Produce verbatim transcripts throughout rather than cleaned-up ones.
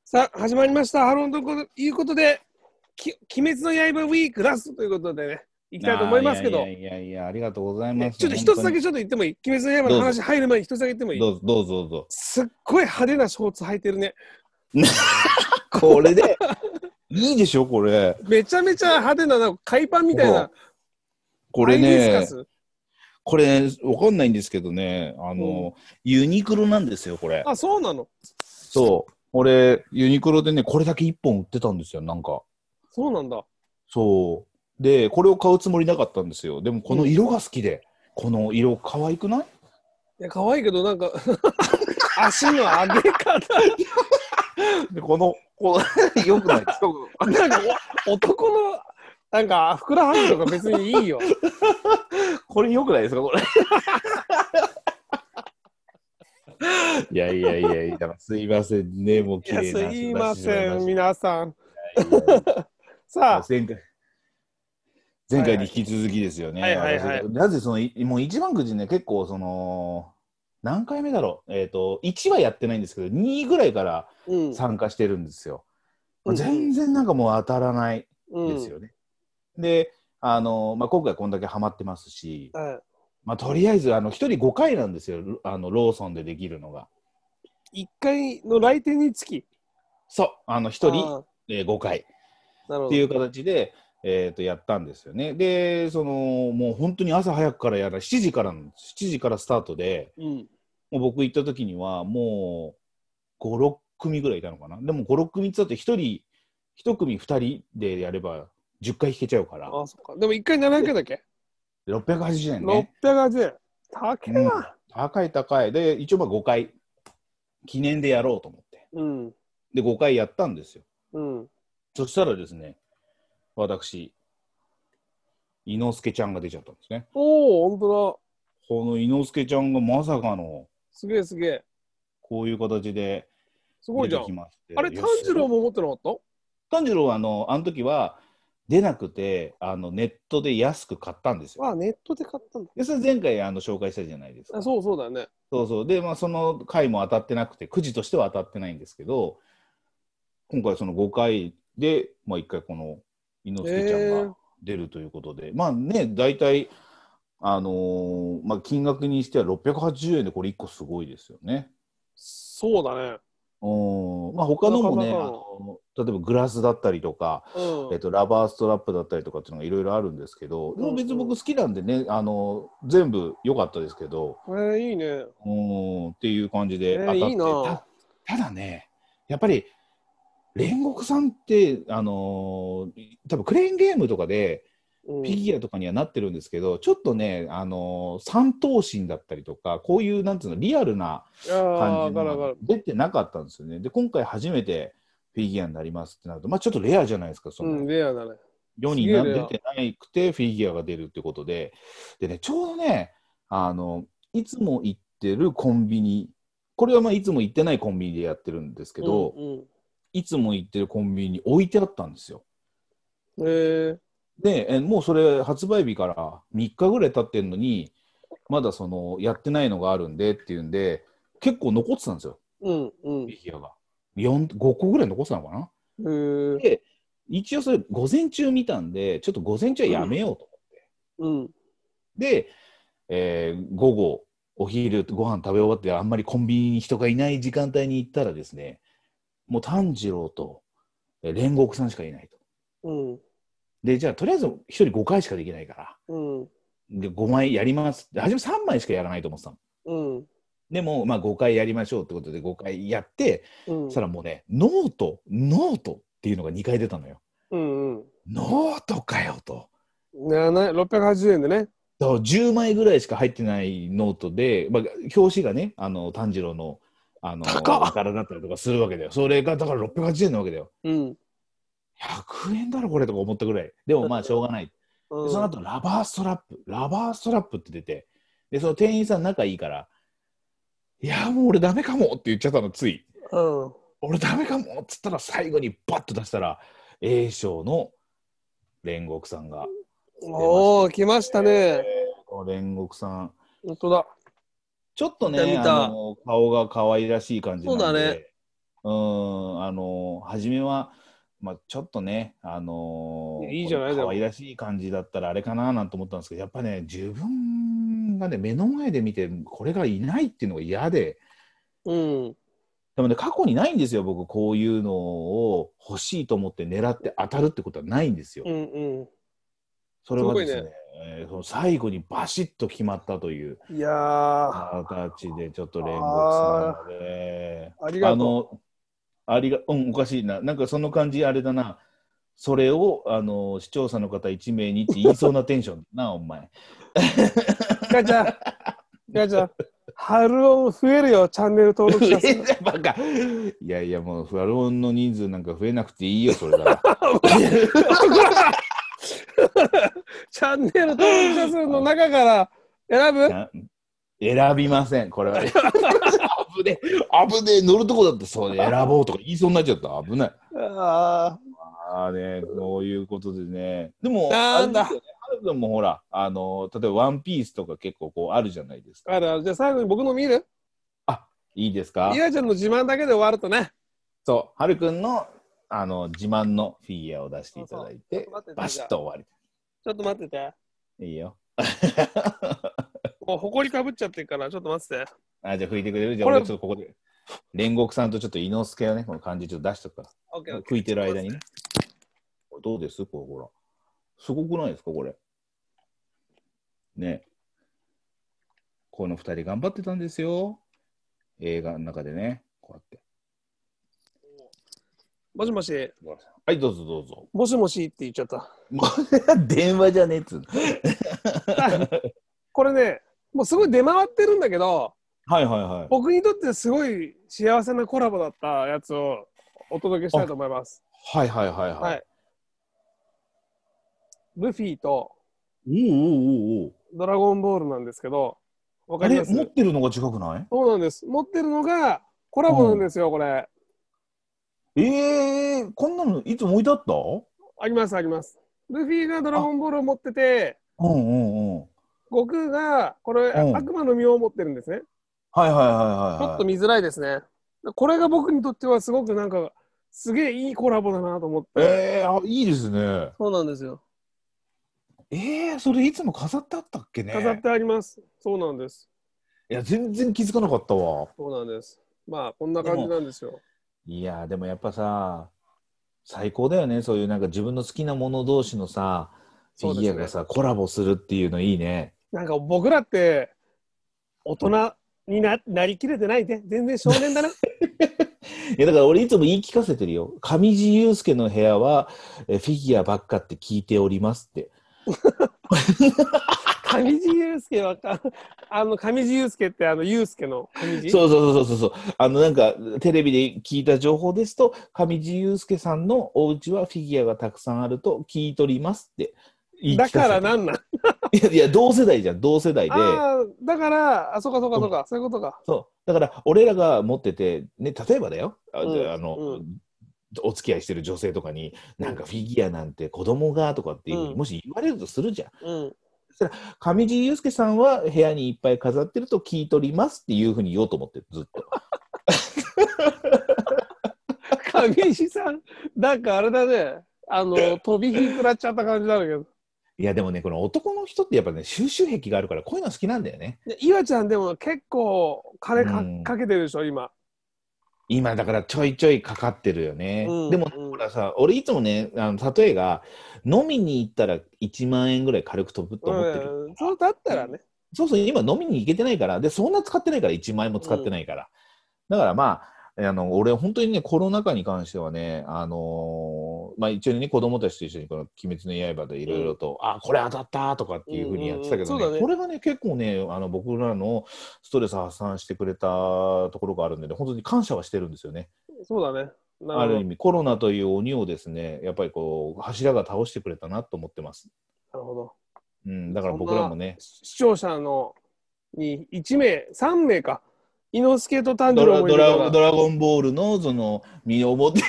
さあ、始まりました。ハローということで、き鬼滅の刃ウィークラストということでね、いきたいと思いますけど、 いやいやいやいや、ありがとうございます。 えちょっと一つだけちょっと言ってもいい？鬼滅の刃の話入る前に一つだけ言ってもいい？ どうぞどうぞどうぞ。 すっごい派手なショーツ履いてるね。 これで、いいでしょ、これ。 めちゃめちゃ派手な、なんか海パンみたいな。 これハイビスカね、 ス。 これ、わかんないんですけどね、あの、 うんユニクロなんですよ、これ。 あ、そうなの？ そう。俺、ユニクロでね、これだけいっぽん売ってたんですよ、なんか。 そうなんだ。 そう。で、これを買うつもりなかったんですよ。でも、この色が好きで、この色、可愛くない？ いや、可愛いけど、なんか、足の上げ方。 で、この、このよくないですか？ なんかお男の、なんか、ふくらはぎとか別にいいよ。 これよくないですか、これ。いやいやいやいや、すいませんね、もういや、 綺麗なすいません、 い皆さん。 やいやいやさあ、 前回、前回に引き続きですよね。 はいはいはい私なぜその、いもう一番くじね、結構その、何回目だろう、えっ、と、いちはやってないんですけど、にぐらいからうん参加してるんですよ。 うん全然なんかもう当たらないうんですよね。で、あの、まあ、今回こんだけハマってますし、 はまあ、とりあえず、あの、ひとりごかいなんですよ、あの、ローソンでできるのが。 い、いっかいの来店につき。 そう、あの、ひとり、 あえーごかいっーなるほど。 ていう形で、えー、とやったんですよね。で、その、もう本当に朝早くからやら、しちじからの、しちじからスタートで、 うんもう僕行った時には、もうご、ろっくみぐらいいたのかな。でもご、ろっくみって言ったってひとり、いち組ふたりでやればじゅっかい引けちゃうから、 あ、そっか。でもいっかいななひゃくえんだっけ？ ろっぴゃくはちじゅうえんね。 ろっぴゃくはちじゅうえん。高いうん、 な。 高い高い。で、一応まあごかい、記念でやろうと思って。 うんで、ごかいやったんですよ。 うんそしたらですね、私、伊之助ちゃんが出ちゃったんですね。 おお、ほんとこの伊之助ちゃんがまさかの、 だ。すげえすげえ。 こういう形ですごいじゃん。 出てきまして。 あれ、 いや炭治郎も持ってなかった？ 炭治郎はあの、あの時は出なくて、あのネットで安く買ったんですよ。 あ、ネットで買ったんだ。 で、それ前回あの紹介したじゃないですあ、 か。 そうそうだよね。 そうそう。で、まあ、その回も当たってなくて、くじとしては当たってないんですけど、今回そのごかいで、まあ、いっかいこの伊之助ちゃんが出るということで、まあね、大体、あのーまあ、金額にしてはろっぴゃくはちじゅうえんでこれいっこすごいですよね。 そうだね。 うんまあ、他のもね、 なかなかあの例えばグラスだったりとか、 うんえっと、ラバーストラップだったりとかっていうのがいろいろあるんですけど、でも別にうんうん僕好きなんでね、あの全部良かったですけど、 えー、いいね。 うんっていう感じでえー、 当たって、 いいな。 た、ただね、やっぱり煉獄さんって、あのー多分クレーンゲームとかでうんフィギュアとかにはなってるんですけど、ちょっとね、あのー三頭身だったりとか、こういうなんていうの、リアルなああ、わ感じのがかるわかる。 出てなかったんですよね。で、今回初めてフィギュアになりますってなると、まあ、ちょっとレアじゃないですか、その、 うん、レアだね。 世すにな出げえレア。 てなくてフィギュアが出るってことで、でね、ちょうどね、あの、いつも行ってるコンビニ、これはまあいつも行ってないコンビニでやってるんですけうんど、いつも行ってるコンビニに置いてあったんですよ。 うん。えで、えもうそれ発売日からみっかぐらい経ってるのに、まだそのやってないのがあるんでっていうんで、結構残ってたんですよ、 ー、うんうん。 フィギュアが。よん、ごこぐらい残ってたのかな。 えー、 で、一応それ午前中見たんで、ちょっと午前中はやめようと思って。 うんで、えー午後、お昼ご飯食べ終わって、あんまりコンビニに人がいない時間帯に行ったらですね、もう炭治郎とえー煉獄さんしかいないと。 うんで、じゃあ、とりあえずひとりごかいしかできないから、 うんでごまいやりますって、初めさんまいしかやらないと思ってたの。 うんでも、まあ、ごかいやりましょうってことでごかいやって、 うんそしたらもうね、ノート、ノートっていうのがにかい出たのよ。 うんうん。 ノートかよと。 ななろっぴゃくはちじゅうえんでね。 だからじゅうまいぐらいしか入ってないノートで、まあ、表紙がね、あの炭治郎のあの高っ柄だったりとかするわけだよ。それがだからろっぴゃくはちじゅうえんなわけだよ。 うんひゃくえんだろこれとか思ったぐらい。でもまあしょうがない。 うん。 でその後ラバーストラップ、ラバーストラップって出て、でその店員さん仲いいから、いやもう俺ダメかもって言っちゃったのつい。 うん。 俺ダメかもっつったら最後にバッと出したら A 賞の煉獄さんがおお、来ましたね。 この煉獄さん本当だ。 ちょっとね、あ見た見た。 の顔が可愛らしい感じなんで、 そうだね。 うん、あの初めは、まあ、ちょっとね、あのいいじゃない可愛らしい感じだったらあれかななんて思ったんですけど、やっぱね、自分がね、目の前で見て、これがいないっていうのが嫌で、 うん。 でもね、過去にないんですよ、僕、こういうのを欲しいと思って狙って当たるってことはないんですよ。 うんうん。 それがですね、 すごいね。 えーその最後にバシッと決まったといういやー、あ形で、ちょっと煉獄さんあ、 がね、 ありがとあの、ありが、うん、おかしいな。なんかその感じ、あれだな。それを、あの、視聴者の方いち名にって言いそうなテンションだな、お前。 う。ガチャ、ガチャ、ハルオン増えるよ、チャンネル登録者数。 増えたバカ。いやいや、もう、ファルオンの人数なんか増えなくていいよ、それなら。 チャンネル登録者数の中から選ぶ？ な選びません、これは。危ねえ、危ねえ、乗るとこだってそう選ぼうとか言いそうになっちゃった。危ない。 あああね、こういうことでね。でも、 なんだあれですよね、ハル君もほら、あの、例えばワンピースとか結構こうあるじゃないですか。 あるある。じゃあ最後に僕の見る？ あ、いいですか？ イワちゃんの自慢だけで終わるとね。 そう、はるくんのあの自慢のフィギュアを出していただいて、 そうそうちょっと待っててバシッと終わちょっと待ってて。 り。いいよ。 もうほこりかぶっちゃってるから、ちょっと待ってて。 あ、じゃあ拭いてくれる？じゃあこれ俺ちょっとここで、煉獄さんとちょっと伊之助をね、この感じちょっと出しとくから。 オッケーオッケー拭いてる間にね。どうです？これほら。すごくないですか、これ。ね。このふたり頑張ってたんですよ。映画の中でね。こうやって。 もしもし、 はい、どうぞどうぞ。 もしもしって言っちゃった。 もう電話じゃねえっつうの。 これね、もうすごい出回ってるんだけど、 はいはいはい。 僕にとってすごい幸せなコラボだったやつをお届けしたいと思います。 はいはいはいはい。 はい。ルフィとおおおおお。 ドラゴンボールなんですけど、わかあれります？ 持ってるのが違くない？ そうなんです。持ってるのがコラボなんですよ、これ。 ええー、こんなのいつも置いてあった？ ありますあります。ルフィがドラゴンボールを持ってて、 うんうんうん。 悟空がこれうん。 悪魔の実を持ってるんですね。 はいはいはいちょっはいはい。 と見づらいですね。これが僕にとってはすごくなんかすげえいいコラボだなと思って。 ええー、あ、いいですね。 そうなんですよ。 ええー、それいつも飾ってあったっけね。 飾ってあります。そうなんです。 いや、全然気づかなかったわ。 そうなんです。まあこんな感じでも、 なんですよ。 いや、でもやっぱさ、最高だよね。そういうなんか自分の好きなもの同士のさ、フィそうですね。 ギュアがさ、コラボするっていうのいいね。 なんか僕らって大人に な, なりきれてないね。全然少年だね。 いやだから俺いつも言い聞かせてるよ。上地雄介の部屋はえフィギュアばっかって聞いておりますって。 上地雄介はか、あの上地雄介ってあの雄介の上地？ そうそうそうそうそう。あのなんかテレビで聞いた情報ですと、上地雄介さんのお家はフィギュアがたくさんあると聞い取りますって言い聞かせてる。 だからなんなん？ いやいや、同世代じゃん、同世代で。 ああ、だから、あ、そうかそうかそううんか、そういうことか。 そう。だから俺らが持ってて、ね、例えばだよ。あ、 うんあの、 うんお付き合いしてる女性とかに、 うんなんかフィギュアなんて子供がとかっていうふうにうんもし言われるとするじゃん。 うん上地雄介さんは部屋にいっぱい飾ってると聞い取りますっていうふうに言おうと思ってる、ずっと。 上地さん、なんかあれだね、あの、飛び火食らっちゃった感じなんだけど。 いやでもね、この男の人ってやっぱね、収集癖があるから、こういうの好きなんだよね。 で岩ちゃんでも結構金か、 うんかけてるでしょ、今。 今だからちょいちょいかかってるよね。 うんでも、 うんほらさ、俺いつもね、あの例えが、飲みに行ったらいちまん円ぐらい軽く飛ぶと思ってる。 うん、そうだったらね。 そうそう、今飲みに行けてないから、で、そんな使ってないから、いちまん円も使ってないから。だからまあ、あの俺、本当にね、コロナ禍に関してはね、あのーまあ、一応ね、子供たちと一緒に、この鬼滅の刃でいろいろと、あ、これ当たったとかっていうふうにやってたけどね、 うんうんうんそうだねこれがね、結構ね、あの僕らのストレス発散してくれたところがあるんでね、本当に感謝はしてるんですよね。 そうだね。なるほど。 ある意味、コロナという鬼をですね、やっぱりこう、柱が倒してくれたなと思ってます。 なるほど。 うん、だから僕らもね、 視聴者のにいち名、さん名か。伊之助と炭治ドラド郎もいるからラドラゴンボールのその身をもって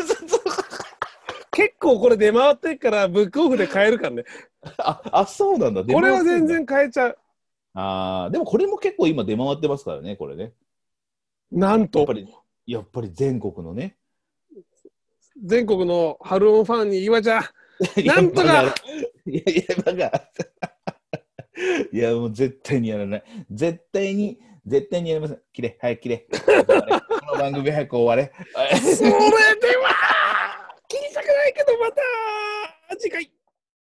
結構これ出回ってるからブックオフで買えるからね。 ああ、そうなんだ。 これは全出回ってんだ。 然買えちゃう。 ああ、でもこれも結構今出回ってますからね、これね。 なんと。 やっぱり、 やっぱり全国のね。 全国のハルオンファンに岩ちゃん、なんとかいやいや、バカ。いや、もう絶対にやらない。絶対に、絶対にやりません。切れ、早く切れ。この番組早く終われ。 それでは切りたくないけど、また次回。